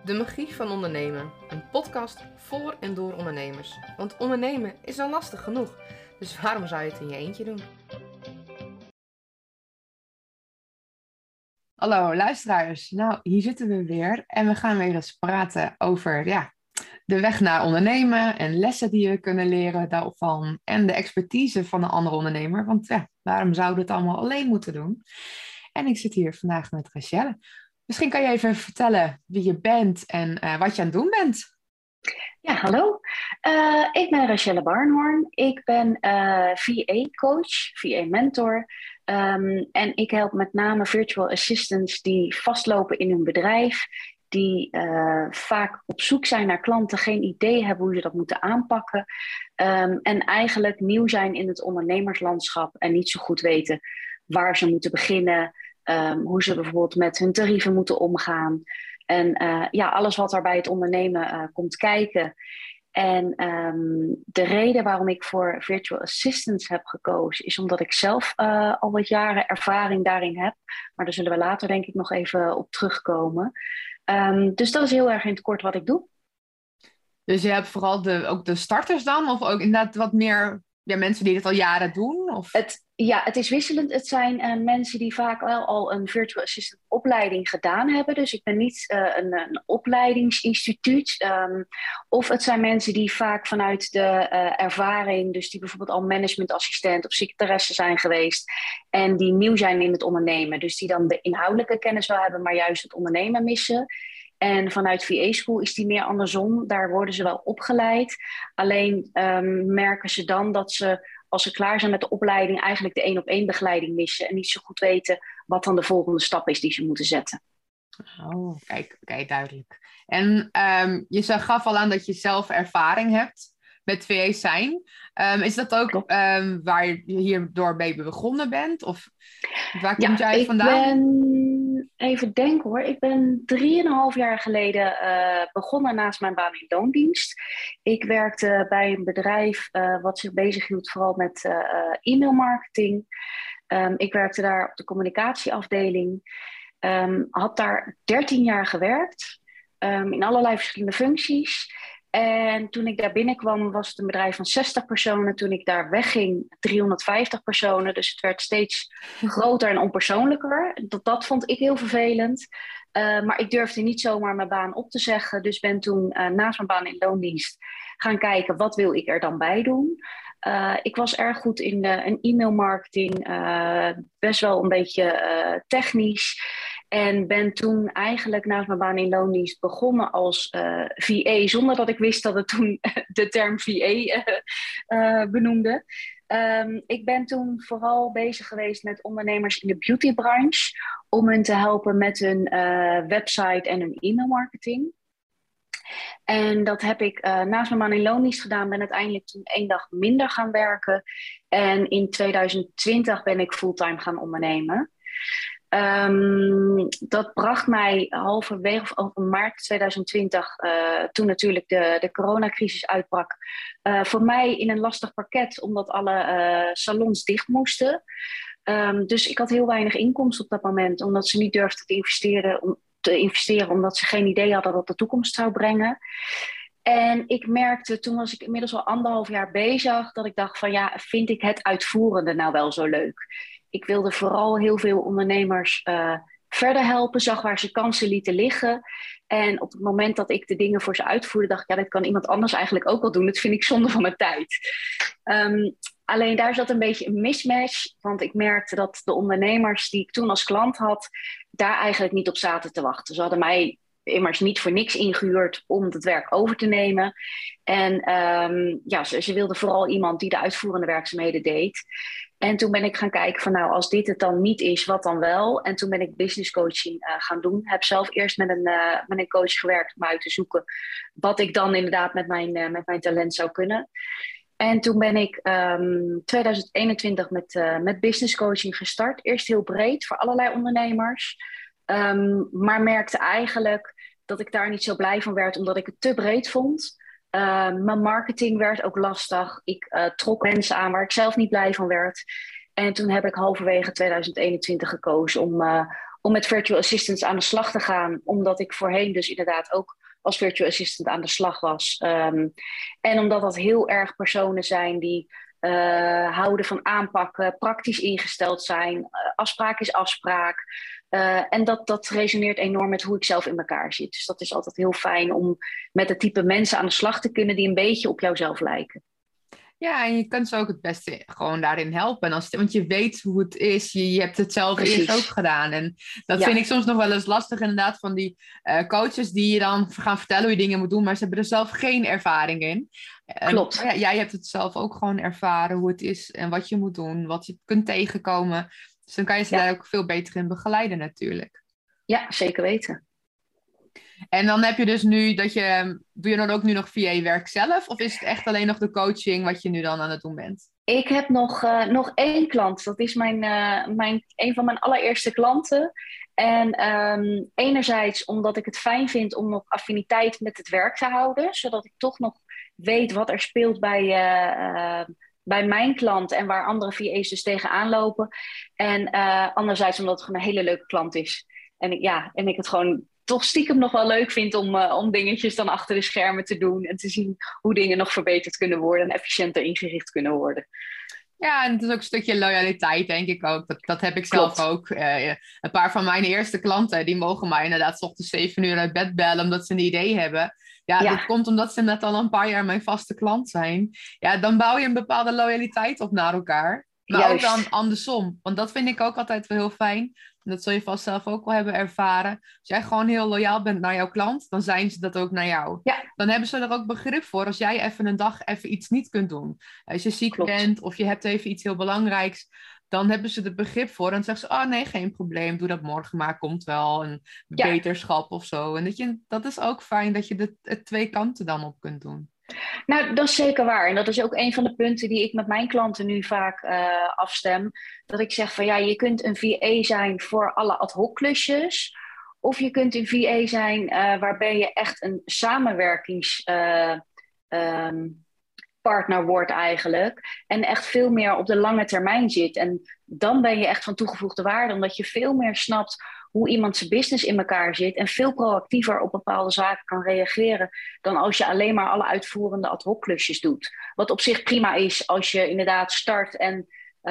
De magie van ondernemen. Een podcast voor en door ondernemers. Want ondernemen is al lastig genoeg. Dus waarom zou je het in je eentje doen? Hallo luisteraars, nou hier zitten we weer en we gaan weer eens praten over de weg naar ondernemen en lessen die we kunnen leren daarvan en de expertise van een andere ondernemer. Want waarom zouden we het allemaal alleen moeten doen? En ik zit hier vandaag met Rachelle. Misschien kan je even vertellen wie je bent en wat je aan het doen bent. Ja, hallo. Ik ben Rachelle Barnhoorn. Ik ben VA-coach, VA-mentor. En ik help met name virtual assistants die vastlopen in hun bedrijf. Die vaak op zoek zijn naar klanten, geen idee hebben hoe ze dat moeten aanpakken. En eigenlijk nieuw zijn in het ondernemerslandschap en niet zo goed weten waar ze moeten beginnen. Hoe ze bijvoorbeeld met hun tarieven moeten omgaan. En alles wat er bij het ondernemen komt kijken. En de reden waarom ik voor virtual assistants heb gekozen is omdat ik zelf al wat jaren ervaring daarin heb. Maar daar zullen we later denk ik nog even op terugkomen. Dus dat is heel erg in het kort wat ik doe. Dus je hebt vooral ook de starters dan? Of ook inderdaad wat meer mensen die dit al jaren doen? Of? Het is wisselend. Het zijn mensen die vaak wel al een virtual assistant opleiding gedaan hebben. Dus ik ben niet een opleidingsinstituut. Of het zijn mensen die vaak vanuit de ervaring, dus die bijvoorbeeld al managementassistent of secretaresse zijn geweest. En die nieuw zijn in het ondernemen. Dus die dan de inhoudelijke kennis wel hebben, maar juist het ondernemen missen. En vanuit VA School is die meer andersom. Daar worden ze wel opgeleid. Alleen merken ze dan dat ze, als ze klaar zijn met de opleiding, eigenlijk de 1-op-1 begeleiding missen. En niet zo goed weten wat dan de volgende stap is die ze moeten zetten. Oh, kijk, duidelijk. En je gaf al aan dat je zelf ervaring hebt met VA's zijn. Is dat ook waar je hierdoor mee begonnen bent? Of waar komt jij vandaan? Even denken hoor. Ik ben 3,5 jaar geleden begonnen naast mijn baan in loondienst. Ik werkte bij een bedrijf wat zich bezighield vooral met e-mailmarketing. Ik werkte daar op de communicatieafdeling. Had daar 13 jaar gewerkt. In allerlei verschillende functies. En toen ik daar binnenkwam was het een bedrijf van 60 personen. Toen ik daar wegging 350 personen. Dus het werd steeds groter en onpersoonlijker. Dat vond ik heel vervelend. Maar ik durfde niet zomaar mijn baan op te zeggen. Dus ben toen naast mijn baan in loondienst gaan kijken wat wil ik er dan bij doen. Ik was erg goed in e-mailmarketing. Best wel een beetje technisch. En ben toen eigenlijk naast mijn baan in loondienst begonnen als VA, zonder dat ik wist dat het toen de term VA benoemde. Ik ben toen vooral bezig geweest met ondernemers in de beautybranche om hen te helpen met hun website en hun e-mailmarketing. En dat heb ik naast mijn baan in loondienst gedaan. Ben uiteindelijk toen 1 dag minder gaan werken. En in 2020 ben ik fulltime gaan ondernemen. Dat bracht mij halverwege of over maart 2020, toen natuurlijk de coronacrisis uitbrak, voor mij in een lastig parket, omdat alle salons dicht moesten. Dus ik had heel weinig inkomsten op dat moment, omdat ze niet durfden te investeren, omdat ze geen idee hadden wat de toekomst zou brengen. En ik merkte, toen was ik inmiddels al 1,5 jaar bezig, dat ik dacht van vind ik het uitvoerende nou wel zo leuk? Ik wilde vooral heel veel ondernemers verder helpen, zag waar ze kansen lieten liggen. En op het moment dat ik de dingen voor ze uitvoerde, dacht ik, dat kan iemand anders eigenlijk ook wel doen. Dat vind ik zonde van mijn tijd. Alleen daar zat een beetje een mismatch, want ik merkte dat de ondernemers die ik toen als klant had, daar eigenlijk niet op zaten te wachten. Ze hadden mij immers niet voor niks ingehuurd om het werk over te nemen. En ze wilden vooral iemand die de uitvoerende werkzaamheden deed. En toen ben ik gaan kijken van als dit het dan niet is, wat dan wel? En toen ben ik business coaching gaan doen. Heb zelf eerst met een coach gewerkt om uit te zoeken wat ik dan inderdaad met mijn talent zou kunnen. En toen ben ik 2021 met business coaching gestart. Eerst heel breed voor allerlei ondernemers. Maar merkte eigenlijk dat ik daar niet zo blij van werd, omdat ik het te breed vond. Mijn marketing werd ook lastig. Ik trok mensen aan waar ik zelf niet blij van werd. En toen heb ik halverwege 2021 gekozen om met virtual assistants aan de slag te gaan. Omdat ik voorheen dus inderdaad ook als virtual assistant aan de slag was. En omdat dat heel erg personen zijn die houden van aanpakken, praktisch ingesteld zijn. Afspraak is afspraak. En dat resoneert enorm met hoe ik zelf in elkaar zit. Dus dat is altijd heel fijn om met het type mensen aan de slag te kunnen die een beetje op jouzelf lijken. Ja, en je kunt ze ook het beste gewoon daarin helpen. Want je weet hoe het is. Je hebt het zelf Precies. eerst ook gedaan. En dat vind ik soms nog wel eens lastig inderdaad van die coaches die je dan gaan vertellen hoe je dingen moet doen. Maar ze hebben er zelf geen ervaring in. Klopt. Ja, jij hebt het zelf ook gewoon ervaren hoe het is en wat je moet doen. Wat je kunt tegenkomen. Dus dan kan je ze daar ook veel beter in begeleiden natuurlijk. Ja, zeker weten. En dan heb je dus nu doe je dan ook nu nog VA-werk zelf? Of is het echt alleen nog de coaching wat je nu dan aan het doen bent? Ik heb nog één klant. Dat is een van mijn allereerste klanten. En enerzijds omdat ik het fijn vind om nog affiniteit met het werk te houden. Zodat ik toch nog weet wat er speelt bij mijn klant en waar andere VA's dus tegenaan lopen. En anderzijds omdat het gewoon een hele leuke klant is. En ik het gewoon toch stiekem nog wel leuk vind om dingetjes dan achter de schermen te doen. En te zien hoe dingen nog verbeterd kunnen worden en efficiënter ingericht kunnen worden. Ja, en het is ook een stukje loyaliteit, denk ik ook. Dat heb ik zelf ook. Een paar van mijn eerste klanten, die mogen mij inderdaad 's ochtends 7 uur uit bed bellen, omdat ze een idee hebben. Ja, dat komt omdat ze net al een paar jaar mijn vaste klant zijn. Ja, dan bouw je een bepaalde loyaliteit op naar elkaar. Maar Juist. ook dan andersom. Want dat vind ik ook altijd wel heel fijn. En dat zul je vast zelf ook wel hebben ervaren. Als jij gewoon heel loyaal bent naar jouw klant, dan zijn ze dat ook naar jou. Ja. Dan hebben ze er ook begrip voor als jij even een dag even iets niet kunt doen. Als je ziek bent of je hebt even iets heel belangrijks, dan hebben ze er begrip voor. En dan zeggen ze, oh nee, geen probleem, doe dat morgen maar, komt wel. Een beterschap of zo. En dat is ook fijn dat je het twee kanten dan op kunt doen. Nou, dat is zeker waar. En dat is ook een van de punten die ik met mijn klanten nu vaak afstem. Dat ik zeg van ja, je kunt een VA zijn voor alle ad hoc klusjes. Of je kunt een VA zijn waarbij je echt een samenwerkingspartner wordt eigenlijk. En echt veel meer op de lange termijn zit. En dan ben je echt van toegevoegde waarde. Omdat je veel meer snapt hoe iemand zijn business in elkaar zit. En veel proactiever op bepaalde zaken kan reageren. Dan als je alleen maar alle uitvoerende ad hoc klusjes doet. Wat op zich prima is als je inderdaad start en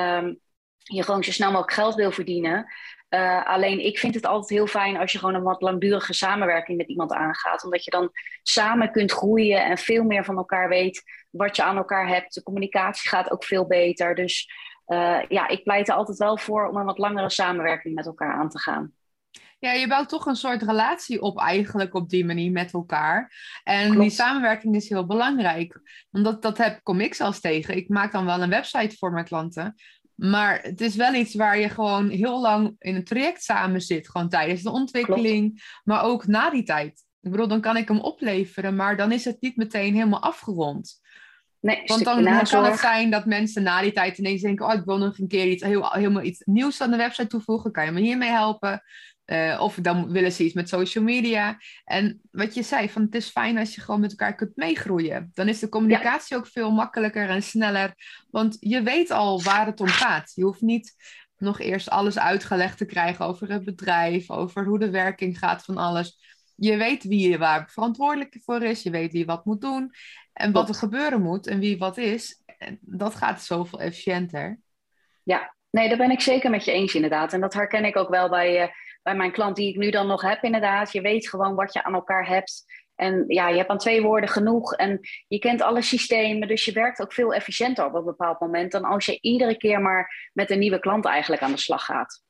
je gewoon zo snel mogelijk geld wil verdienen. Alleen ik vind het altijd heel fijn als je gewoon een wat langdurige samenwerking met iemand aangaat. Omdat je dan samen kunt groeien en veel meer van elkaar weet wat je aan elkaar hebt. De communicatie gaat ook veel beter. Dus ik pleit er altijd wel voor om een wat langere samenwerking met elkaar aan te gaan. Ja, je bouwt toch een soort relatie op eigenlijk op die manier met elkaar. En Klopt. Die samenwerking is heel belangrijk. Want dat kom ik zelfs tegen. Ik maak dan wel een website voor mijn klanten. Maar het is wel iets waar je gewoon heel lang in een traject samen zit. Gewoon tijdens de ontwikkeling, Klopt. Maar ook na die tijd. Ik bedoel, dan kan ik hem opleveren, maar dan is het niet meteen helemaal afgerond. Nee, want dan kan het zijn dat mensen na die tijd ineens denken, oh, ik wil nog een keer helemaal iets nieuws aan de website toevoegen. Kan je me hiermee helpen? Of dan willen ze iets met social media. En wat je zei, van het is fijn als je gewoon met elkaar kunt meegroeien. Dan is de communicatie ook veel makkelijker en sneller. Want je weet al waar het om gaat. Je hoeft niet nog eerst alles uitgelegd te krijgen over het bedrijf, over hoe de werking gaat van alles. Je weet wie waar verantwoordelijk voor is. Je weet wie wat moet doen. En wat er gebeuren moet en wie wat is. En dat gaat zoveel efficiënter. Ja, nee, daar ben ik zeker met je eens inderdaad. En dat herken ik ook wel bij mijn klant die ik nu dan nog heb inderdaad. Je weet gewoon wat je aan elkaar hebt. En ja, je hebt aan 2 woorden genoeg. En je kent alle systemen. Dus je werkt ook veel efficiënter op een bepaald moment. Dan als je iedere keer maar met een nieuwe klant eigenlijk aan de slag gaat.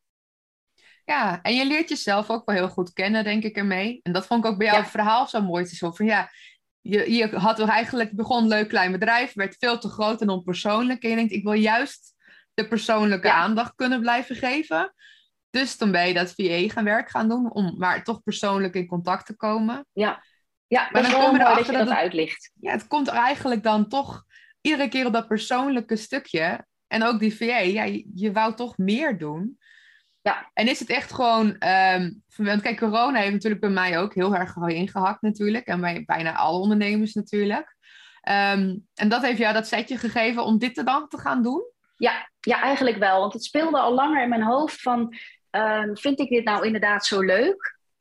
Ja, en je leert jezelf ook wel heel goed kennen, denk ik ermee. En dat vond ik ook bij jouw verhaal zo mooi. Het is zo van ja, je had toch eigenlijk begon een leuk klein bedrijf. Werd veel te groot en onpersoonlijk. En je denkt, ik wil juist de persoonlijke aandacht kunnen blijven geven. Dus dan ben je dat VA werk gaan doen, om maar toch persoonlijk in contact te komen. Ja, maar dat is wel mooi dat je dat uitlicht. Ja, het komt er eigenlijk dan toch iedere keer op dat persoonlijke stukje. En ook die VA, ja, je wou toch meer doen. Ja. En is het echt gewoon, want kijk, corona heeft natuurlijk bij mij ook heel erg ingehakt natuurlijk. En bij bijna alle ondernemers natuurlijk. En dat heeft jou dat setje gegeven om dit dan te gaan doen? Ja, eigenlijk wel. Want het speelde al langer in mijn hoofd van, vind ik dit nou inderdaad zo leuk?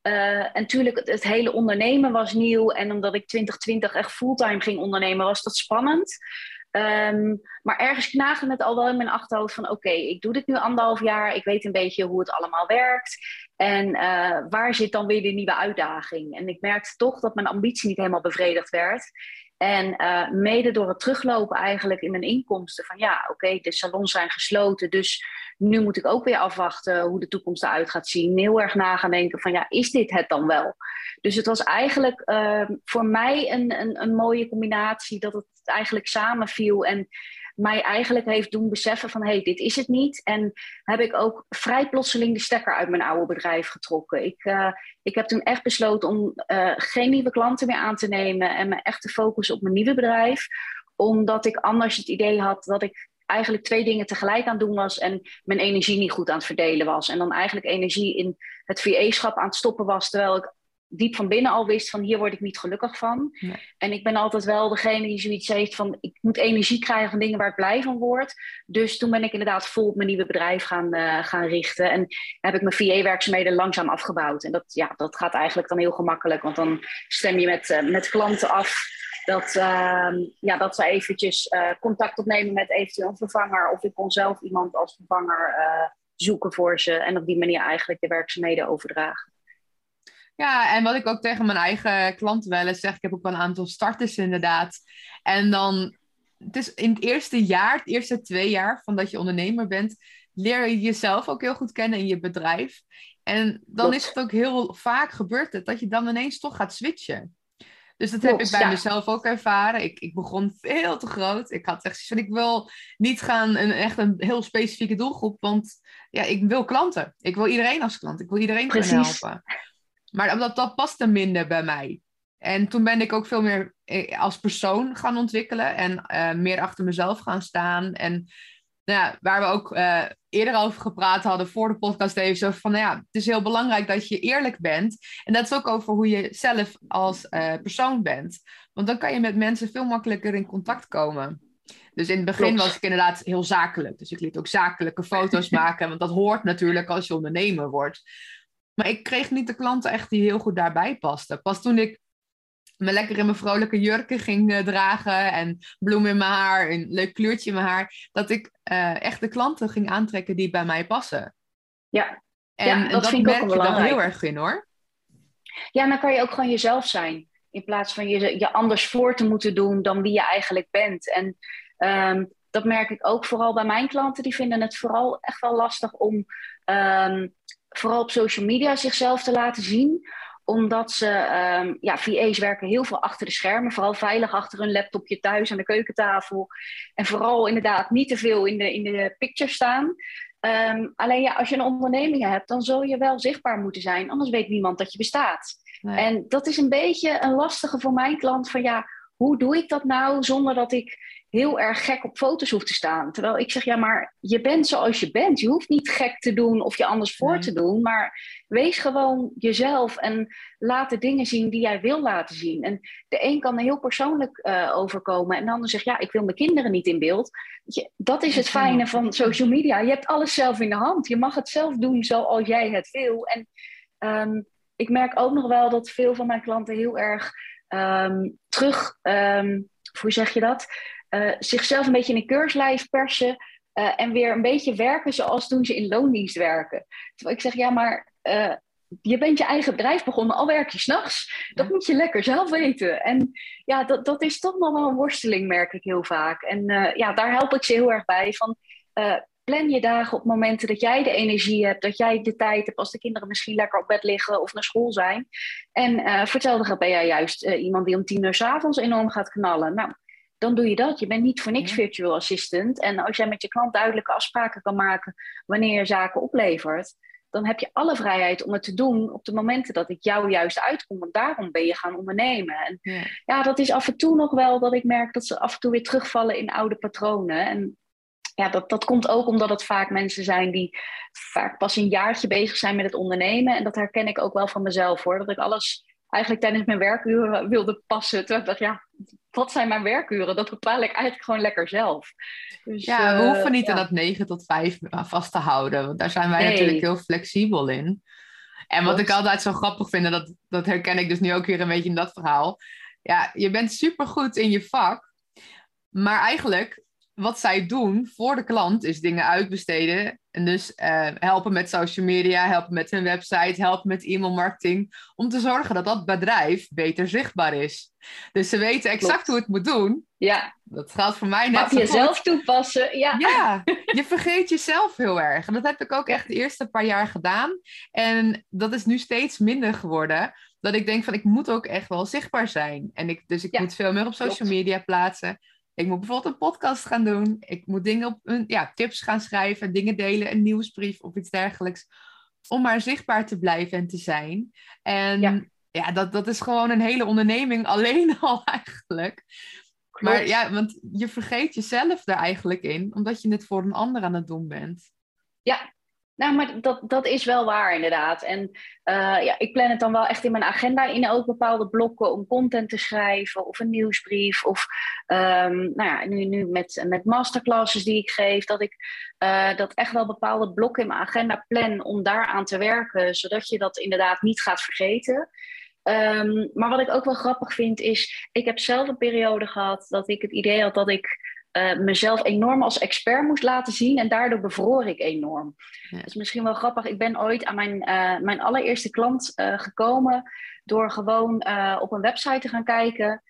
En natuurlijk, het hele ondernemen was nieuw. En omdat ik 2020 echt fulltime ging ondernemen, was dat spannend. Maar ergens knaagde het al wel in mijn achterhoofd van oké, ik doe dit nu 1,5 jaar. Ik weet een beetje hoe het allemaal werkt. En waar zit dan weer de nieuwe uitdaging? En ik merkte toch dat mijn ambitie niet helemaal bevredigd werd. En mede door het teruglopen eigenlijk in mijn inkomsten. Van ja, oké, de salons zijn gesloten. Dus nu moet ik ook weer afwachten hoe de toekomst eruit gaat zien. Heel erg na gaan denken van ja, is dit het dan wel? Dus het was eigenlijk voor mij een mooie combinatie. Dat het eigenlijk samenviel. En mij eigenlijk heeft doen beseffen van hé, dit is het niet. En heb ik ook vrij plotseling de stekker uit mijn oude bedrijf getrokken. Ik heb toen echt besloten om geen nieuwe klanten meer aan te nemen en me echt te focussen op mijn nieuwe bedrijf. Omdat ik anders het idee had dat ik eigenlijk 2 dingen tegelijk aan het doen was en mijn energie niet goed aan het verdelen was. En dan eigenlijk energie in het VA-schap aan het stoppen was, terwijl ik diep van binnen al wist van hier word ik niet gelukkig van. Nee. En ik ben altijd wel degene die zoiets heeft van ik moet energie krijgen van dingen waar ik blij van word. Dus toen ben ik inderdaad vol op mijn nieuwe bedrijf gaan richten. En heb ik mijn VA-werkzaamheden langzaam afgebouwd. En dat gaat eigenlijk dan heel gemakkelijk. Want dan stem je met klanten af dat ze eventjes contact opnemen met eventueel een vervanger. Of ik kon zelf iemand als vervanger zoeken voor ze. En op die manier eigenlijk de werkzaamheden overdragen. Ja, en wat ik ook tegen mijn eigen klanten wel eens zeg, ik heb ook wel een aantal starters inderdaad. En dan, het is in het eerste jaar, het eerste 2 jaar van dat je ondernemer bent, leer je jezelf ook heel goed kennen in je bedrijf. En dan is het ook heel vaak gebeurd dat je dan ineens toch gaat switchen. Dus dat heb ik bij mezelf ook ervaren. Ik begon veel te groot. Ik had echt van, ik wil niet gaan echt een heel specifieke doelgroep, want ja, ik wil klanten. Ik wil iedereen als klant. Ik wil iedereen kunnen helpen. Maar dat paste minder bij mij. En toen ben ik ook veel meer als persoon gaan ontwikkelen. En meer achter mezelf gaan staan. En waar we ook eerder over gepraat hadden voor de podcast even. Zo van, het is heel belangrijk dat je eerlijk bent. En dat is ook over hoe je zelf als persoon bent. Want dan kan je met mensen veel makkelijker in contact komen. Dus in het begin was ik inderdaad heel zakelijk. Dus ik liet ook zakelijke foto's maken. Want dat hoort natuurlijk als je ondernemer wordt. Maar ik kreeg niet de klanten echt die heel goed daarbij pasten. Pas toen ik me lekker in mijn vrolijke jurken ging dragen en bloemen in mijn haar, een leuk kleurtje in mijn haar, dat ik echt de klanten ging aantrekken die bij mij passen. Ja, en dat vind ik merk ook je dan heel erg in, hoor. Ja, dan kan je ook gewoon jezelf zijn. In plaats van je anders voor te moeten doen dan wie je eigenlijk bent. En dat merk ik ook vooral bij mijn klanten. Die vinden het vooral echt wel lastig om vooral op social media zichzelf te laten zien. Omdat VA's werken heel veel achter de schermen. Vooral veilig achter een laptopje thuis aan de keukentafel. En vooral inderdaad niet te veel in de picture staan. Alleen als je een onderneming hebt, dan zul je wel zichtbaar moeten zijn. Anders weet niemand dat je bestaat. Nee. En dat is een beetje een lastige voor mijn klant. Van hoe doe ik dat nou zonder dat ik heel erg gek op foto's hoef te staan? Terwijl ik zeg, maar je bent zoals je bent. Je hoeft niet gek te doen of je anders voor te doen. Maar wees gewoon jezelf en laat de dingen zien die jij wil laten zien. En de een kan er heel persoonlijk overkomen. En de ander zegt, ik wil mijn kinderen niet in beeld. Dat is het fijne van social media. Je hebt alles zelf in de hand. Je mag het zelf doen zoals jij het wil. En ik merk ook nog wel dat veel van mijn klanten heel erg hoe zeg je dat? Zichzelf een beetje in een keurslijf persen en weer een beetje werken zoals toen ze in loondienst werken. Terwijl ik zeg, je bent je eigen bedrijf begonnen, al werk je 's nachts. Dat moet je lekker zelf weten. En dat is toch nog wel een worsteling, merk ik heel vaak. En daar help ik ze heel erg bij. Van, plan je dagen op momenten dat jij de energie hebt, dat jij de tijd hebt als de kinderen misschien lekker op bed liggen of naar school zijn. En vertel, ben jij juist iemand die om 10 uur 's avonds enorm gaat knallen. Nou, dan doe je dat. Je bent niet voor niks virtual assistant. En als jij met je klant duidelijke afspraken kan maken wanneer je zaken oplevert, dan heb je alle vrijheid om het te doen op de momenten dat het jou juist uitkomt. Want daarom ben je gaan ondernemen. En dat is af en toe nog wel dat ik merk dat ze af en toe weer terugvallen in oude patronen. En dat komt ook omdat het vaak mensen zijn die vaak pas een jaartje bezig zijn met het ondernemen. En dat herken ik ook wel van mezelf, hoor. Dat ik alles eigenlijk tijdens mijn werkuren wilde passen. Terwijl ik dacht, wat zijn mijn werkuren? Dat bepaal ik eigenlijk gewoon lekker zelf. Dus, we hoeven niet aan dat 9 tot 5 vast te houden. Want daar zijn wij natuurlijk heel flexibel in. En wat ik Klopt. altijd zo grappig vind, en dat herken ik dus nu ook weer een beetje in dat verhaal. Ja, je bent supergoed in je vak, maar eigenlijk wat zij doen voor de klant is dingen uitbesteden. En dus helpen met social media, helpen met hun website, helpen met e-mailmarketing. Om te zorgen dat dat bedrijf beter zichtbaar is. Dus ze weten exact hoe Klopt. het moet doen. Ja, Dat geldt voor mij maar net op zo goed. jezelf toepassen, ja. Ja, je vergeet jezelf heel erg. En dat heb ik ook Ja, echt de eerste paar jaar gedaan. En dat is nu steeds minder geworden. Dat ik denk van, ik moet ook echt wel zichtbaar zijn. En dus ik ja, moet veel meer op social klopt. media plaatsen. Ik moet bijvoorbeeld een podcast gaan doen. Ik moet dingen tips gaan schrijven, dingen delen, een nieuwsbrief of iets dergelijks. Om maar zichtbaar te blijven en te zijn. Ja, En ja, dat is gewoon een hele onderneming alleen al eigenlijk. Maar klopt. ja, want je vergeet jezelf er eigenlijk in, omdat je het voor een ander aan het doen bent. Ja, nou, maar dat is wel waar inderdaad. En ja, ik plan het dan wel echt in mijn agenda in ook bepaalde blokken om content te schrijven of een nieuwsbrief. Of nou ja, nu met masterclasses die ik geef, dat ik dat echt wel bepaalde blokken in mijn agenda plan om daaraan te werken, zodat je dat inderdaad niet gaat vergeten. Maar wat ik ook wel grappig vind is, ik heb zelf een periode gehad dat ik het idee had dat ik mezelf enorm als expert moest laten zien en daardoor bevroor ik enorm. Ja. Dat is misschien wel grappig. Ik ben ooit aan mijn allereerste klant gekomen door gewoon op een website te gaan kijken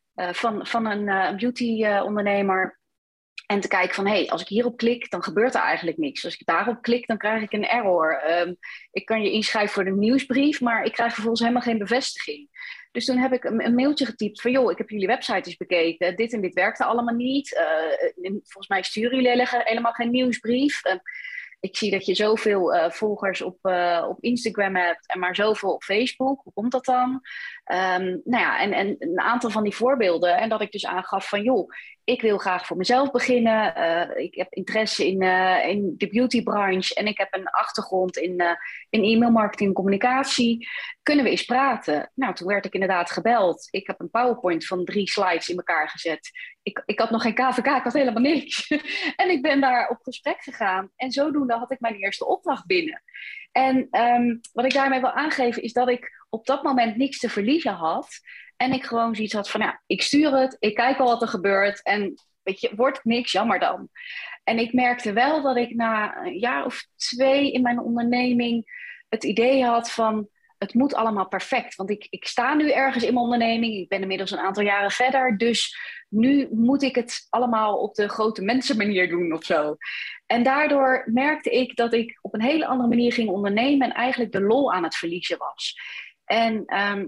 van een beauty ondernemer. En te kijken van, als ik hierop klik, dan gebeurt er eigenlijk niks. Als ik daarop klik, dan krijg ik een error. Ik kan je inschrijven voor de nieuwsbrief, maar ik krijg vervolgens helemaal geen bevestiging. Dus toen heb ik een mailtje getypt van, joh, ik heb jullie website eens bekeken. Dit en dit werkte allemaal niet. Volgens mij sturen jullie helemaal geen nieuwsbrief. Ik zie dat je zoveel volgers op Instagram hebt en maar zoveel op Facebook. Hoe komt dat dan? Nou ja, en een aantal van die voorbeelden. En dat ik dus aangaf van, joh, ik wil graag voor mezelf beginnen. Ik heb interesse in de beautybranche en ik heb een achtergrond in e-mailmarketing en communicatie. Kunnen we eens praten? Nou, toen werd ik inderdaad gebeld. Ik heb een PowerPoint van 3 slides in elkaar gezet. Ik had nog geen KVK, ik had helemaal niks. En ik ben daar op gesprek gegaan. En zodoende had ik mijn eerste opdracht binnen. En wat ik daarmee wil aangeven is dat ik op dat moment niks te verliezen had. En ik gewoon zoiets had van, ja, ik stuur het. Ik kijk al wat er gebeurt. En weet je, wordt het niks, jammer dan. En ik merkte wel dat ik na een jaar of 2 in mijn onderneming het idee had van, het moet allemaal perfect. Want ik sta nu ergens in mijn onderneming. Ik ben inmiddels een aantal jaren verder. Dus nu moet ik het allemaal op de grote mensenmanier doen of zo. En daardoor merkte ik dat ik op een hele andere manier ging ondernemen en eigenlijk de lol aan het verliezen was. En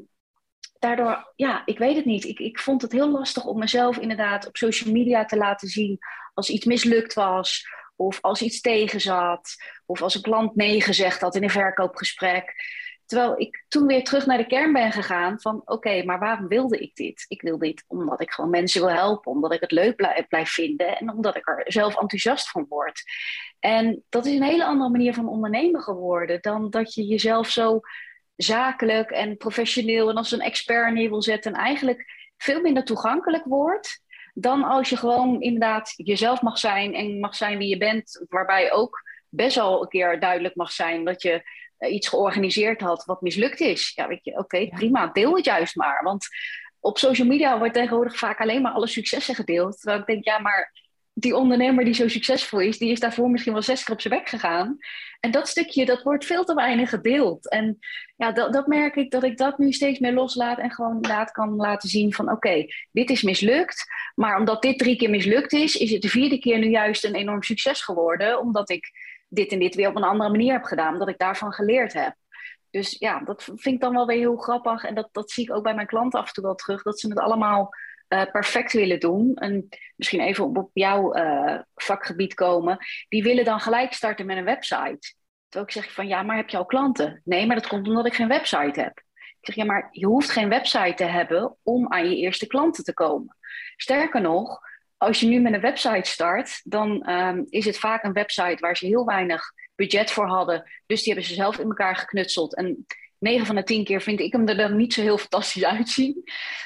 daardoor, ja, ik weet het niet. Ik vond het heel lastig om mezelf inderdaad op social media te laten zien als iets mislukt was, of als iets tegenzat, of als een klant nee gezegd had in een verkoopgesprek. Terwijl ik toen weer terug naar de kern ben gegaan van, oké, maar waarom wilde ik dit? Ik wil dit omdat ik gewoon mensen wil helpen, omdat ik het leuk blijf vinden en omdat ik er zelf enthousiast van word. En dat is een hele andere manier van ondernemen geworden dan dat je jezelf zo zakelijk en professioneel en als een expert neer wil zetten en eigenlijk veel minder toegankelijk wordt dan als je gewoon inderdaad jezelf mag zijn en mag zijn wie je bent, waarbij ook best wel een keer duidelijk mag zijn dat je iets georganiseerd had wat mislukt is. Ja, weet je, oké, prima, deel het juist maar. Want op social media wordt tegenwoordig vaak alleen maar alle successen gedeeld. Terwijl ik denk, ja, maar die ondernemer die zo succesvol is, die is daarvoor misschien wel 6 keer op zijn bek gegaan. En dat stukje, dat wordt veel te weinig gedeeld. En ja, dat merk ik dat ik nu steeds meer loslaat en gewoon inderdaad kan laten zien van oké, dit is mislukt. Maar omdat dit 3 keer mislukt is het de 4e keer nu juist een enorm succes geworden. Omdat ik dit en dit weer op een andere manier heb gedaan. Omdat ik daarvan geleerd heb. Dus ja, dat vind ik dan wel weer heel grappig. En dat zie ik ook bij mijn klanten af en toe wel terug. Dat ze het allemaal perfect willen doen. En misschien even op jouw vakgebied komen. Die willen dan gelijk starten met een website. Terwijl ik zeg van ja, maar heb je al klanten? Nee, maar dat komt omdat ik geen website heb. Ik zeg ja, maar je hoeft geen website te hebben om aan je eerste klanten te komen. Sterker nog, als je nu met een website start, dan is het vaak een website waar ze heel weinig budget voor hadden. Dus die hebben ze zelf in elkaar geknutseld. En 9 van de 10 keer vind ik hem er dan niet zo heel fantastisch uitzien.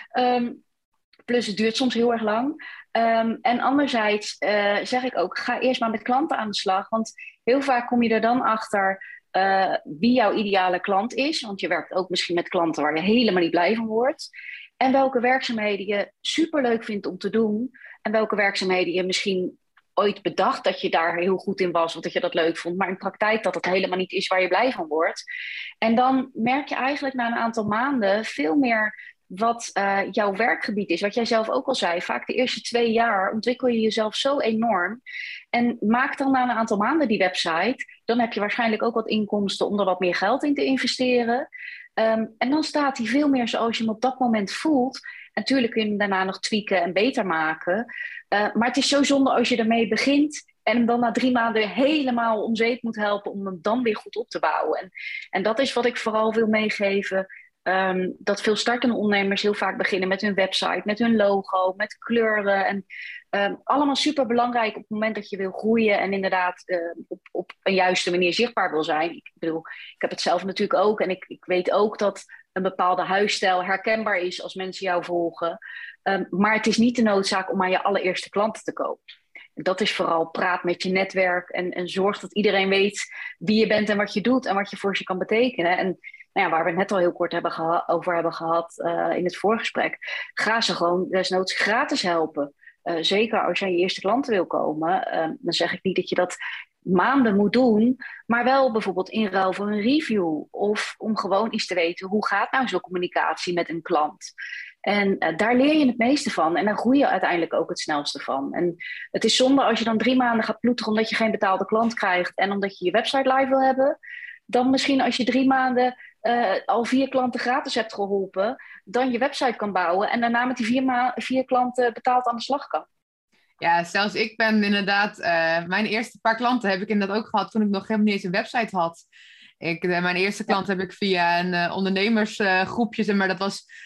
Plus het duurt soms heel erg lang. En anderzijds zeg ik ook, ga eerst maar met klanten aan de slag. Want heel vaak kom je er dan achter wie jouw ideale klant is. Want je werkt ook misschien met klanten waar je helemaal niet blij van wordt. En welke werkzaamheden je superleuk vindt om te doen. En welke werkzaamheden je misschien ooit bedacht dat je daar heel goed in was. Of dat je dat leuk vond. Maar in praktijk dat het helemaal niet is waar je blij van wordt. En dan merk je eigenlijk na een aantal maanden veel meer wat jouw werkgebied is. Wat jij zelf ook al zei. Vaak de eerste 2 jaar ontwikkel je jezelf zo enorm. En maak dan na een aantal maanden die website. Dan heb je waarschijnlijk ook wat inkomsten om er wat meer geld in te investeren. En dan staat hij veel meer zoals je hem op dat moment voelt. Natuurlijk kun je hem daarna nog tweaken en beter maken. Maar het is zo zonde als je ermee begint en hem dan na 3 maanden weer helemaal om zeep moet helpen om hem dan weer goed op te bouwen. En dat is wat ik vooral wil meegeven. Dat veel startende ondernemers heel vaak beginnen met hun website, met hun logo, met kleuren. En allemaal super belangrijk op het moment dat je wil groeien en inderdaad op een juiste manier zichtbaar wil zijn. Ik bedoel, ik heb het zelf natuurlijk ook en ik weet ook dat een bepaalde huisstijl herkenbaar is als mensen jou volgen. Maar het is niet de noodzaak om aan je allereerste klanten te komen. Dat is vooral praat met je netwerk en zorg dat iedereen weet wie je bent en wat je doet en wat je voor ze kan betekenen. En nou ja, waar we het net al heel kort over hebben gehad in het voorgesprek, ga ze gewoon desnoods gratis helpen. Zeker als je aan je eerste klanten wil komen, dan zeg ik niet dat je dat maanden moet doen, maar wel bijvoorbeeld in ruil voor een review of om gewoon eens te weten hoe gaat nou zo'n communicatie met een klant. En daar leer je het meeste van en daar groei je uiteindelijk ook het snelste van. En het is zonde als je dan 3 maanden gaat ploeteren omdat je geen betaalde klant krijgt en omdat je je website live wil hebben. Dan misschien als je 3 maanden al 4 klanten gratis hebt geholpen, dan je website kan bouwen en daarna met die 4 klanten betaald aan de slag kan. Ja, zelfs ik ben inderdaad, mijn eerste paar klanten heb ik inderdaad ook gehad toen ik nog helemaal niet eens een website had. Mijn eerste klant heb ik via een ondernemersgroepje, maar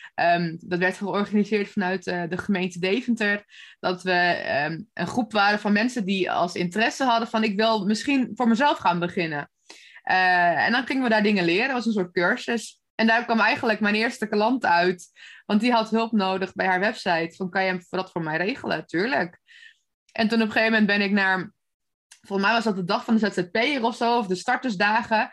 dat werd georganiseerd vanuit de gemeente Deventer. Dat we een groep waren van mensen die als interesse hadden van ik wil misschien voor mezelf gaan beginnen. En dan gingen we daar dingen leren, dat was een soort cursus. En daar kwam eigenlijk mijn eerste klant uit. Want die had hulp nodig bij haar website. Van, kan je dat voor mij regelen? Tuurlijk. En toen op een gegeven moment ben ik naar, volgens mij was dat de dag van de ZZP'er of zo, of de startersdagen.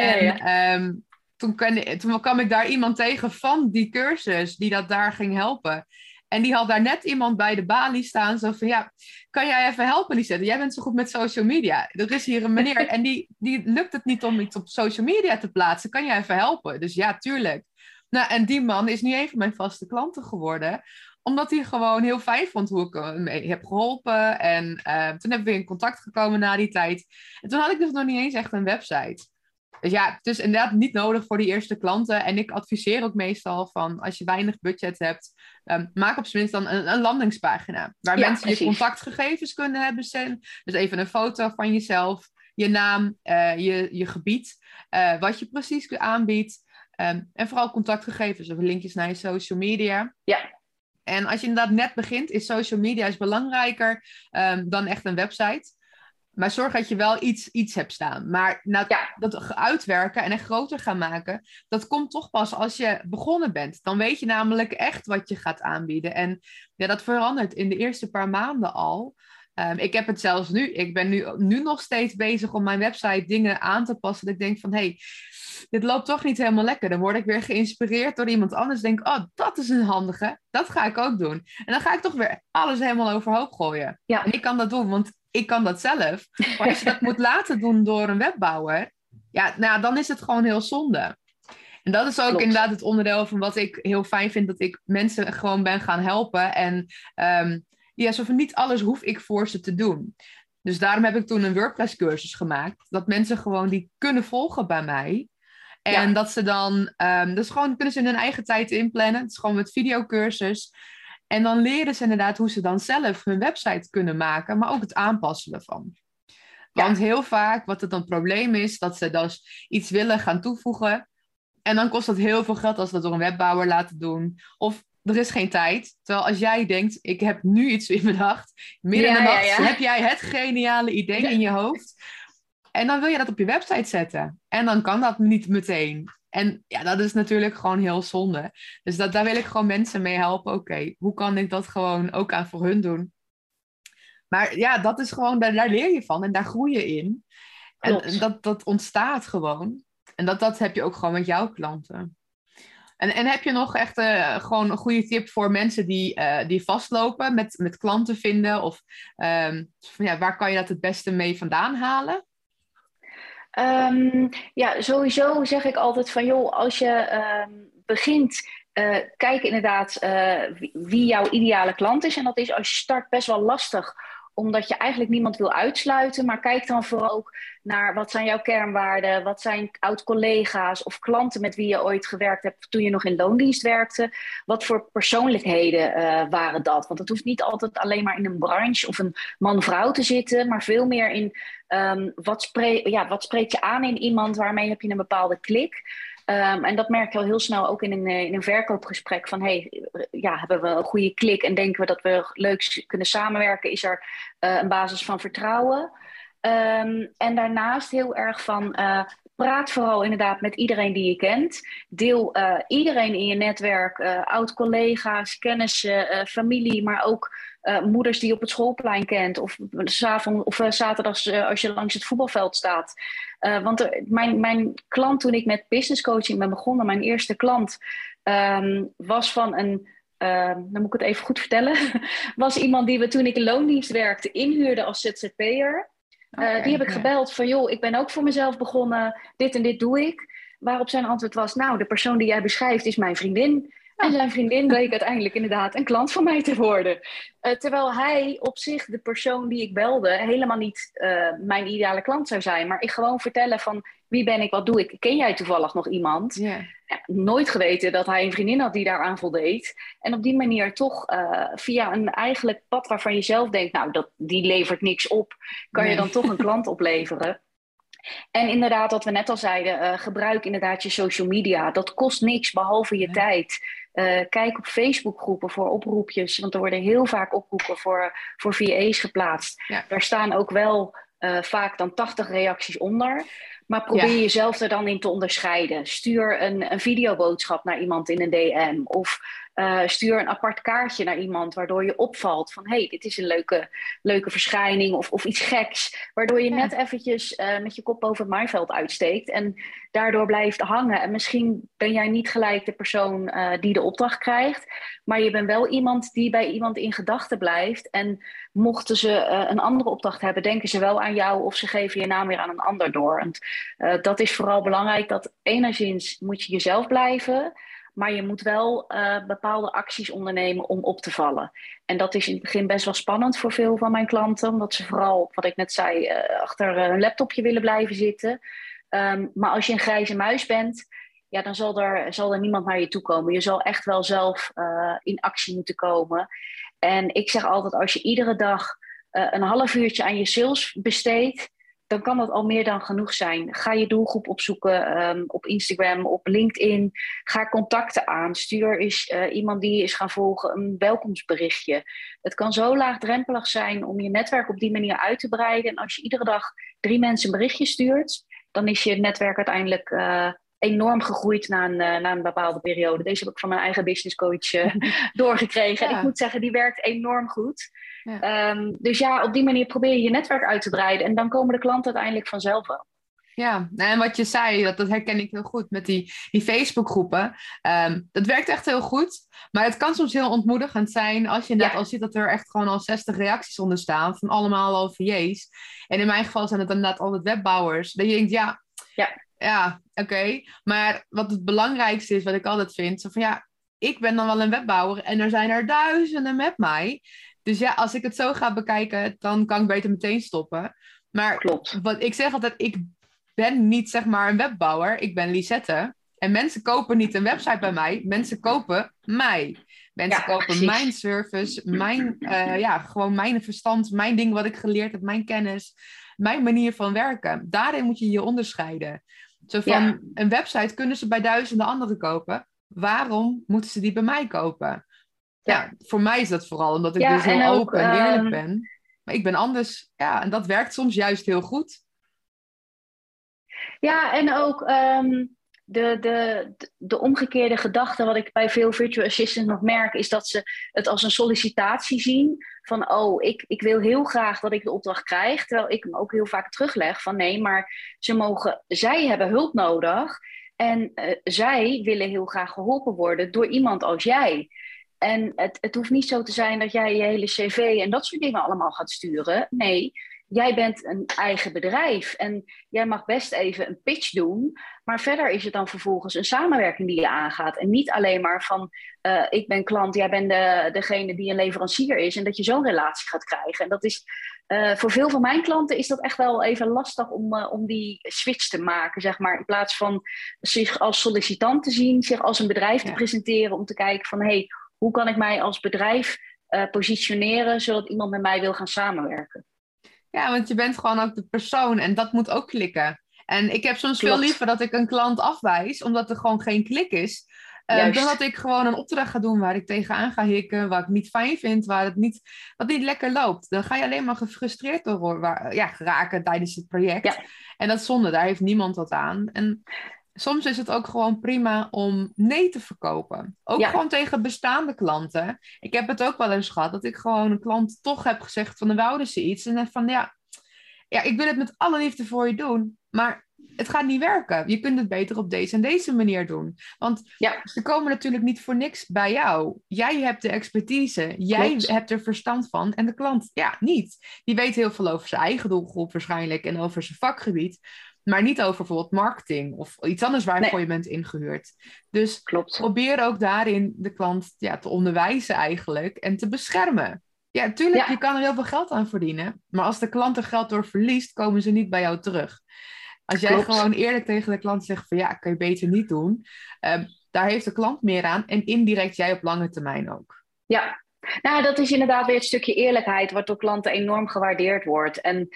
Ja. Toen kwam ik daar iemand tegen van die cursus, die dat daar ging helpen. En die had daar net iemand bij de balie staan, zo van, ja, kan jij even helpen, Lisette? Jij bent zo goed met social media. Er is hier een meneer en die lukt het niet om iets op social media te plaatsen. Kan jij even helpen? Dus ja, tuurlijk. Nou, en die man is nu een van mijn vaste klanten geworden, omdat hij gewoon heel fijn vond hoe ik hem mee heb geholpen. En toen hebben we in contact gekomen na die tijd. En toen had ik dus nog niet eens echt een website. Dus ja, het is inderdaad niet nodig voor die eerste klanten. En ik adviseer ook meestal van, als je weinig budget hebt, maak op zijn minst dan een landingspagina. Waar mensen je contactgegevens kunnen hebben. Dus even een foto van jezelf, je naam, je gebied, wat je precies aanbiedt. En vooral contactgegevens of linkjes naar je social media. Ja. En als je inderdaad net begint, is social media belangrijker dan echt een website. Maar zorg dat je wel iets hebt staan. Maar dat uitwerken en echt groter gaan maken, dat komt toch pas als je begonnen bent. Dan weet je namelijk echt wat je gaat aanbieden. En ja, dat verandert in de eerste paar maanden al. Ik heb het zelfs nu. Ik ben nu nog steeds bezig om mijn website dingen aan te passen. Dat ik denk van, hey, dit loopt toch niet helemaal lekker. Dan word ik weer geïnspireerd door iemand anders. Denk, oh, dat is een handige. Dat ga ik ook doen. En dan ga ik toch weer alles helemaal overhoop gooien. Ja. En ik kan dat doen, want ik kan dat zelf. Maar als je dat moet laten doen door een webbouwer, ja, nou, dan is het gewoon heel zonde. En dat is ook inderdaad het onderdeel van wat ik heel fijn vind, dat ik mensen gewoon ben gaan helpen. En zo van niet alles hoef ik voor ze te doen. Dus daarom heb ik toen een WordPress cursus gemaakt. Dat mensen gewoon die kunnen volgen bij mij. En dat ze dan, dus gewoon kunnen ze in hun eigen tijd inplannen. Het is gewoon met videocursus. En dan leren ze inderdaad hoe ze dan zelf hun website kunnen maken, maar ook het aanpassen ervan. Want heel vaak, wat het dan probleem is, dat ze dus iets willen gaan toevoegen. En dan kost dat heel veel geld als ze dat door een webbouwer laten doen. Of er is geen tijd. Terwijl als jij denkt, ik heb nu iets in bedacht. Midden in de nacht heb jij het geniale idee in je hoofd. En dan wil je dat op je website zetten. En dan kan dat niet meteen. En ja, dat is natuurlijk gewoon heel zonde. Dus daar wil ik gewoon mensen mee helpen. Oké, hoe kan ik dat gewoon ook aan voor hun doen? Maar ja, dat is gewoon, daar leer je van en daar groei je in. Klopt. dat ontstaat gewoon. En dat heb je ook gewoon met jouw klanten. En heb je nog echt gewoon een goede tip voor mensen die vastlopen met klanten vinden? Of waar kan je dat het beste mee vandaan halen? Ja, sowieso zeg ik altijd van joh, als je begint, kijk inderdaad wie jouw ideale klant is. En dat is als je start best wel lastig, omdat je eigenlijk niemand wil uitsluiten. Maar kijk dan vooral ook naar wat zijn jouw kernwaarden, wat zijn oud-collega's of klanten met wie je ooit gewerkt hebt toen je nog in loondienst werkte. Wat voor persoonlijkheden waren dat? Want het hoeft niet altijd alleen maar in een branche of een man-vrouw te zitten, maar veel meer in wat spreekt je aan in iemand, waarmee heb je een bepaalde klik. En dat merk je al heel snel ook in een verkoopgesprek van hebben we een goede klik en denken we dat we leuk kunnen samenwerken, is er een basis van vertrouwen. En daarnaast heel erg van praat vooral inderdaad met iedereen die je kent. Deel iedereen in je netwerk, oud-collega's, kennissen, familie, maar ook moeders die je op het schoolplein kent. Of, 's avonds, of zaterdags als je langs het voetbalveld staat. Want mijn klant toen ik met business coaching ben begonnen, mijn eerste klant was van een... dan moet ik het even goed vertellen. Was iemand die we toen ik in loondienst werkte inhuurde als ZZP'er. Die heb ik gebeld van joh, ik ben ook voor mezelf begonnen. Dit en dit doe ik. Waarop zijn antwoord was, nou, de persoon die jij beschrijft is mijn vriendin. En zijn vriendin bleek uiteindelijk inderdaad een klant van mij te worden. Terwijl hij op zich, de persoon die ik belde, helemaal niet mijn ideale klant zou zijn. Maar ik gewoon vertellen van wie ben ik, wat doe ik. Ken jij toevallig nog iemand? Yeah. Ja, nooit geweten dat hij een vriendin had die daaraan voldeed. En op die manier toch via een eigenlijk pad waarvan je zelf denkt, nou, die levert niks op, kan je dan toch een klant opleveren. En inderdaad, wat we net al zeiden, gebruik inderdaad je social media. Dat kost niks, behalve je tijd. Kijk op Facebookgroepen voor oproepjes, want er worden heel vaak oproepen voor VA's geplaatst. Ja. Daar staan ook wel vaak dan 80 reacties onder. Maar probeer jezelf er dan in te onderscheiden. Stuur een videoboodschap naar iemand in een DM. Of stuur een apart kaartje naar iemand waardoor je opvalt van hey, dit is een leuke verschijning of iets geks. Waardoor je net eventjes met je kop boven het maaiveld uitsteekt en daardoor blijft hangen. En misschien ben jij niet gelijk de persoon die de opdracht krijgt, maar je bent wel iemand die bij iemand in gedachten blijft. En mochten ze een andere opdracht hebben, denken ze wel aan jou of ze geven je naam weer aan een ander door. En dat is vooral belangrijk, dat enigszins moet je jezelf blijven, maar je moet wel bepaalde acties ondernemen om op te vallen. En dat is in het begin best wel spannend voor veel van mijn klanten, omdat ze vooral, wat ik net zei, achter een laptopje willen blijven zitten. Maar als je een grijze muis bent, ja, dan zal er niemand naar je toe komen. Je zal echt wel zelf in actie moeten komen. En ik zeg altijd, als je iedere dag een half uurtje aan je sales besteedt, dan kan dat al meer dan genoeg zijn. Ga je doelgroep opzoeken op Instagram, op LinkedIn. Ga contacten aan. Stuur eens iemand die je is gaan volgen een welkomstberichtje. Het kan zo laagdrempelig zijn om je netwerk op die manier uit te breiden. En als je iedere dag 3 mensen een berichtje stuurt, dan is je netwerk uiteindelijk enorm gegroeid na een bepaalde periode. Deze heb ik van mijn eigen business coach doorgekregen. Ja. En ik moet zeggen, die werkt enorm goed. Ja. Dus ja, op die manier probeer je je netwerk uit te breiden. En dan komen de klanten uiteindelijk vanzelf wel. Ja, en wat je zei, dat herken ik heel goed met die Facebookgroepen. Dat werkt echt heel goed. Maar het kan soms heel ontmoedigend zijn als je net al ziet dat er echt gewoon al 60 reacties onder staan. Van allemaal al VA's. En in mijn geval zijn het inderdaad altijd webbouwers. Dat je denkt, ja, oké. Maar wat het belangrijkste is, wat ik altijd vind, zo van ik ben dan wel een webbouwer en er zijn er duizenden met mij. Dus ja, als ik het zo ga bekijken, dan kan ik beter meteen stoppen. Maar klopt. Wat ik zeg altijd, ik ben niet zeg maar een webbouwer, ik ben Lisette. En mensen kopen niet een website bij mij, mensen kopen mij. Mensen kopen precies. Mijn service, gewoon mijn verstand, mijn ding wat ik geleerd heb, mijn kennis, mijn manier van werken. Daarin moet je je onderscheiden. Zo van, een website kunnen ze bij duizenden anderen kopen. Waarom moeten ze die bij mij kopen? Ja, voor mij is dat vooral omdat ik dus heel open en eerlijk ben. Maar ik ben anders. Ja, en dat werkt soms juist heel goed. Ja, en ook de omgekeerde gedachte, wat ik bij veel virtual assistants nog merk, is dat ze het als een sollicitatie zien. Van, ik wil heel graag dat ik de opdracht krijg. Terwijl ik me ook heel vaak terugleg van nee, maar zij hebben hulp nodig. En zij willen heel graag geholpen worden door iemand als jij. En het hoeft niet zo te zijn dat jij je hele cv en dat soort dingen allemaal gaat sturen. Nee, jij bent een eigen bedrijf en jij mag best even een pitch doen. Maar verder is het dan vervolgens een samenwerking die je aangaat. En niet alleen maar van, ik ben klant, jij bent degene die een leverancier is. En dat je zo'n relatie gaat krijgen. En dat is, voor veel van mijn klanten is dat echt wel even lastig om die switch te maken, zeg maar. In plaats van zich als sollicitant te zien, zich als een bedrijf te presenteren. Om te kijken van, hey, hoe kan ik mij als bedrijf positioneren, zodat iemand met mij wil gaan samenwerken? Ja, want je bent gewoon ook de persoon en dat moet ook klikken. En ik heb soms veel liever dat ik een klant afwijs, omdat er gewoon geen klik is. Dan dat ik gewoon een opdracht ga doen waar ik tegenaan ga hikken, waar ik niet fijn vind, wat niet lekker loopt. Dan ga je alleen maar gefrustreerd door geraken tijdens het project. Ja. En dat is zonde, daar heeft niemand wat aan. En soms is het ook gewoon prima om nee te verkopen. Ook gewoon tegen bestaande klanten. Ik heb het ook wel eens gehad dat ik gewoon een klant toch heb gezegd van, dan wouden ze iets. En dan van, ja, ik wil het met alle liefde voor je doen, maar het gaat niet werken. Je kunt het beter op deze en deze manier doen. Want ze komen natuurlijk niet voor niks bij jou. Jij hebt de expertise. Jij hebt er verstand van. En de klant, niet. Die weet heel veel over zijn eigen doelgroep waarschijnlijk en over zijn vakgebied. Maar niet over bijvoorbeeld marketing of iets anders waarvoor je bent ingehuurd. Dus probeer ook daarin de klant te onderwijzen eigenlijk en te beschermen. Ja, tuurlijk, je kan er heel veel geld aan verdienen. Maar als de klant er geld door verliest, komen ze niet bij jou terug. Als jij gewoon eerlijk tegen de klant zegt van kan je beter niet doen. Daar heeft de klant meer aan en indirect jij op lange termijn ook. Ja, nou dat is inderdaad weer het stukje eerlijkheid wat door klanten enorm gewaardeerd wordt. En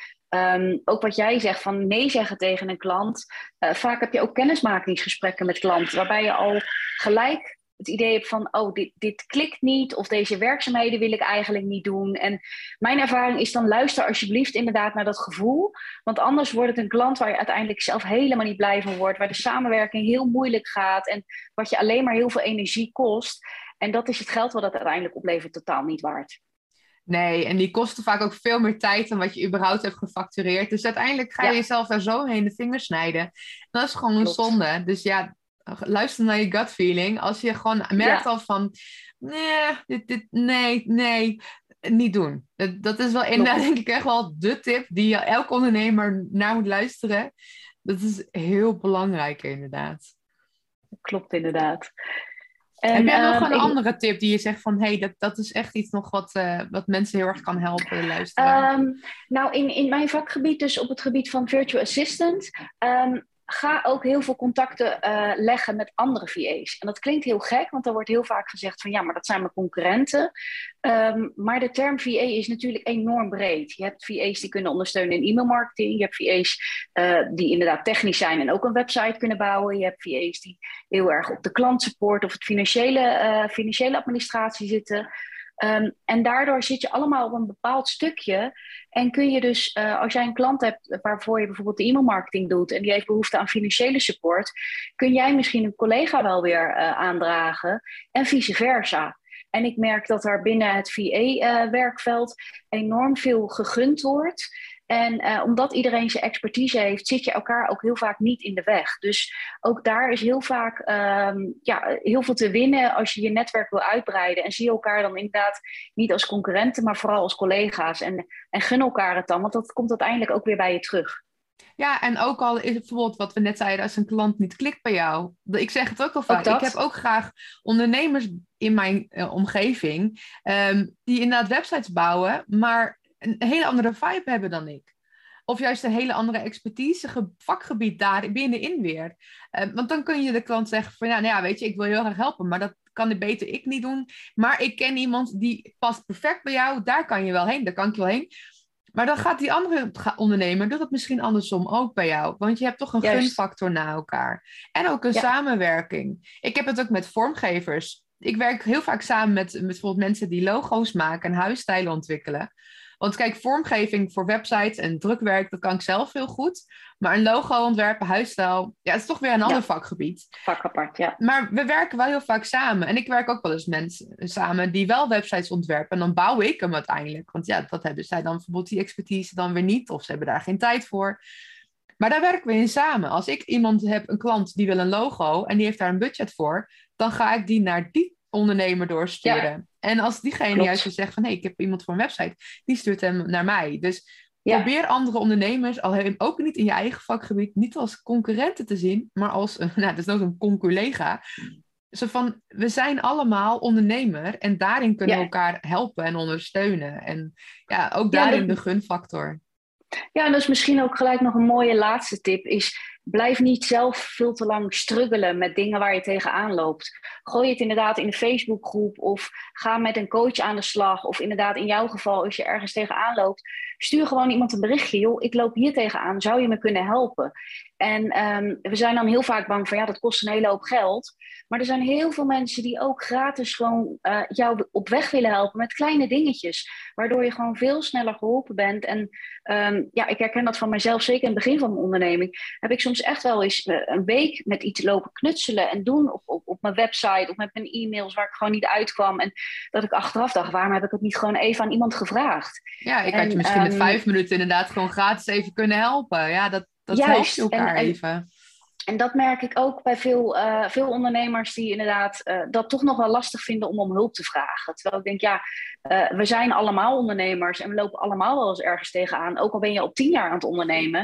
ook wat jij zegt van nee zeggen tegen een klant. Vaak heb je ook kennismakingsgesprekken met klanten waarbij je al gelijk het idee hebt van dit klikt niet of deze werkzaamheden wil ik eigenlijk niet doen. En mijn ervaring is dan luister alsjeblieft inderdaad naar dat gevoel. Want anders wordt het een klant waar je uiteindelijk zelf helemaal niet blij van wordt. Waar de samenwerking heel moeilijk gaat en wat je alleen maar heel veel energie kost. En dat is het geld wat het uiteindelijk oplevert totaal niet waard. Nee, en die kosten vaak ook veel meer tijd dan wat je überhaupt hebt gefactureerd. Dus uiteindelijk ga je jezelf daar zo heen de vingers snijden. Dat is gewoon een zonde. Dus luister naar je gut feeling. Als je gewoon merkt al van, nee, niet doen. Dat is wel inderdaad denk ik echt wel de tip die elke ondernemer naar moet luisteren. Dat is heel belangrijk inderdaad. Klopt inderdaad. En, heb jij nog een andere tip die je zegt van, dat is echt iets nog wat mensen heel erg kan helpen luisteren? Nou, in mijn vakgebied, dus op het gebied van virtual assistant, ga ook heel veel contacten leggen met andere VA's. En dat klinkt heel gek, want er wordt heel vaak gezegd van maar dat zijn mijn concurrenten. Maar de term VA is natuurlijk enorm breed. Je hebt VA's die kunnen ondersteunen in e-mailmarketing. Je hebt VA's die inderdaad technisch zijn en ook een website kunnen bouwen. Je hebt VA's die heel erg op de klantsupport of het financiële administratie zitten. En daardoor zit je allemaal op een bepaald stukje. En kun je dus, als jij een klant hebt waarvoor je bijvoorbeeld de e-mailmarketing doet en die heeft behoefte aan financiële support, kun jij misschien een collega wel weer aandragen en vice versa. En ik merk dat er binnen het VA-werkveld enorm veel gegund wordt. En omdat iedereen zijn expertise heeft, zit je elkaar ook heel vaak niet in de weg. Dus ook daar is heel vaak heel veel te winnen als je je netwerk wil uitbreiden. En zie je elkaar dan inderdaad niet als concurrenten, maar vooral als collega's. En gun elkaar het dan, want dat komt uiteindelijk ook weer bij je terug. Ja, en ook al is het bijvoorbeeld wat we net zeiden, als een klant niet klikt bij jou. Ik zeg het ook al vaak. Ik heb ook graag ondernemers in mijn omgeving die inderdaad websites bouwen, maar een hele andere vibe hebben dan ik. Of juist een hele andere expertise, vakgebied daar binnenin weer. Want dan kun je de klant zeggen van weet je, ik wil heel graag helpen, maar dat kan ik niet doen. Maar ik ken iemand die past perfect bij jou, daar kan je wel heen, daar kan ik wel heen. Maar dan gaat die andere ondernemer, doet dat misschien andersom ook bij jou. Want je hebt toch een gunfactor naar elkaar. En ook een samenwerking. Ik heb het ook met vormgevers. Ik werk heel vaak samen met bijvoorbeeld mensen die logo's maken en huisstijlen ontwikkelen. Want kijk, vormgeving voor websites en drukwerk, dat kan ik zelf heel goed. Maar een logo ontwerpen, huisstijl, ja, het is toch weer een ander vakgebied. Vak apart, ja. Maar we werken wel heel vaak samen. En ik werk ook wel eens mensen samen die wel websites ontwerpen. En dan bouw ik hem uiteindelijk. Want ja, dat hebben zij dan bijvoorbeeld die expertise dan weer niet. Of ze hebben daar geen tijd voor. Maar daar werken we in samen. Als ik iemand heb, een klant die wil een logo en die heeft daar een budget voor, dan ga ik die naar die ondernemer doorsturen. Ja. En als diegene juist zegt van, ik heb iemand voor een website, die stuurt hem naar mij. Dus probeer andere ondernemers, al ook niet in je eigen vakgebied, niet als concurrenten te zien, maar als, dat is ook een conculega. Zo van, we zijn allemaal ondernemer en daarin kunnen we elkaar helpen en ondersteunen. En ja, ook daarin de gunfactor. Ja, en dat is misschien ook gelijk nog een mooie laatste tip, is blijf niet zelf veel te lang struggelen met dingen waar je tegenaan loopt. Gooi het inderdaad in een Facebookgroep of ga met een coach aan de slag. Of inderdaad in jouw geval, als je ergens tegenaan loopt, stuur gewoon iemand een berichtje. Joh, ik loop hier tegenaan, zou je me kunnen helpen? En we zijn dan heel vaak bang van, dat kost een hele hoop geld. Maar er zijn heel veel mensen die ook gratis gewoon jou op weg willen helpen met kleine dingetjes. Waardoor je gewoon veel sneller geholpen bent. En ik herken dat van mezelf, zeker in het begin van mijn onderneming. Heb ik soms echt wel eens een week met iets lopen knutselen en doen op mijn website of met mijn e-mails waar ik gewoon niet uitkwam. En dat ik achteraf dacht, waarom heb ik het niet gewoon even aan iemand gevraagd? Ja, ik had je misschien met 5 minuten inderdaad gewoon gratis even kunnen helpen. Ja, dat helpt je elkaar even. En dat merk ik ook bij veel ondernemers die inderdaad dat toch nog wel lastig vinden om hulp te vragen. Terwijl ik denk, we zijn allemaal ondernemers en we lopen allemaal wel eens ergens tegenaan. Ook al ben je al 10 jaar aan het ondernemen.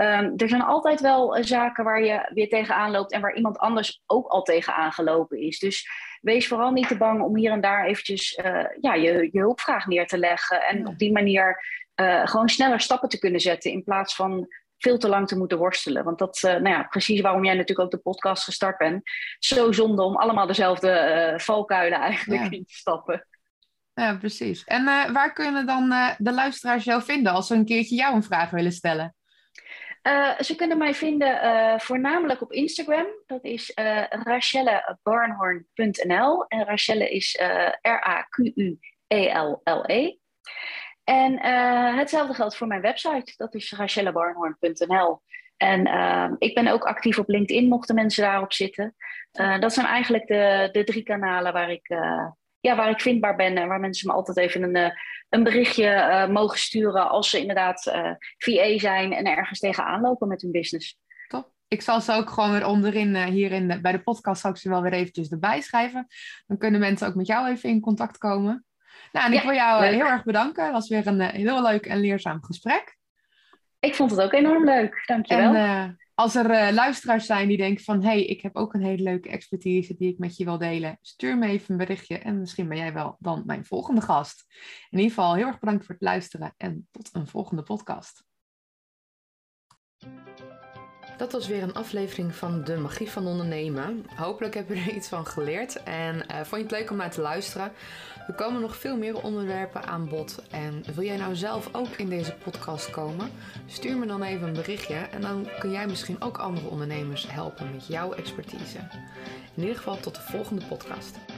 Er zijn altijd wel zaken waar je weer tegenaan loopt en waar iemand anders ook al tegenaan gelopen is. Dus wees vooral niet te bang om hier en daar eventjes je hulpvraag neer te leggen. En op die manier gewoon sneller stappen te kunnen zetten in plaats van veel te lang te moeten worstelen. Want dat, precies waarom jij natuurlijk ook de podcast gestart bent. Zo zonde om allemaal dezelfde valkuilen eigenlijk in te stappen. Ja, precies. En waar kunnen dan de luisteraars jou vinden als ze een keertje jou een vraag willen stellen? Ze kunnen mij vinden voornamelijk op Instagram. Dat is rachellebarnhorn.nl. En Rachelle is Raquuelle. En hetzelfde geldt voor mijn website. Dat is rachellebarnhorn.nl. En ik ben ook actief op LinkedIn, mochten mensen daarop zitten. Dat zijn eigenlijk de 3 kanalen waar ik vindbaar ben. En waar mensen me altijd even een berichtje mogen sturen als ze inderdaad VA zijn en ergens tegenaan lopen met hun business. Top. Ik zal ze ook gewoon weer onderin bij de podcast zal ik ze wel weer eventjes erbij schrijven. Dan kunnen mensen ook met jou even in contact komen. Nou, en ik wil jou heel erg bedanken. Het was weer een heel leuk en leerzaam gesprek. Ik vond het ook enorm leuk. Dankjewel. En als er luisteraars zijn die denken van, ik heb ook een hele leuke expertise die ik met je wil delen, stuur me even een berichtje en misschien ben jij wel dan mijn volgende gast. In ieder geval heel erg bedankt voor het luisteren en tot een volgende podcast. Dat was weer een aflevering van De Magie van Ondernemen. Hopelijk heb je er iets van geleerd en vond je het leuk om naar te luisteren. Er komen nog veel meer onderwerpen aan bod. En wil jij nou zelf ook in deze podcast komen? Stuur me dan even een berichtje en dan kun jij misschien ook andere ondernemers helpen met jouw expertise. In ieder geval tot de volgende podcast.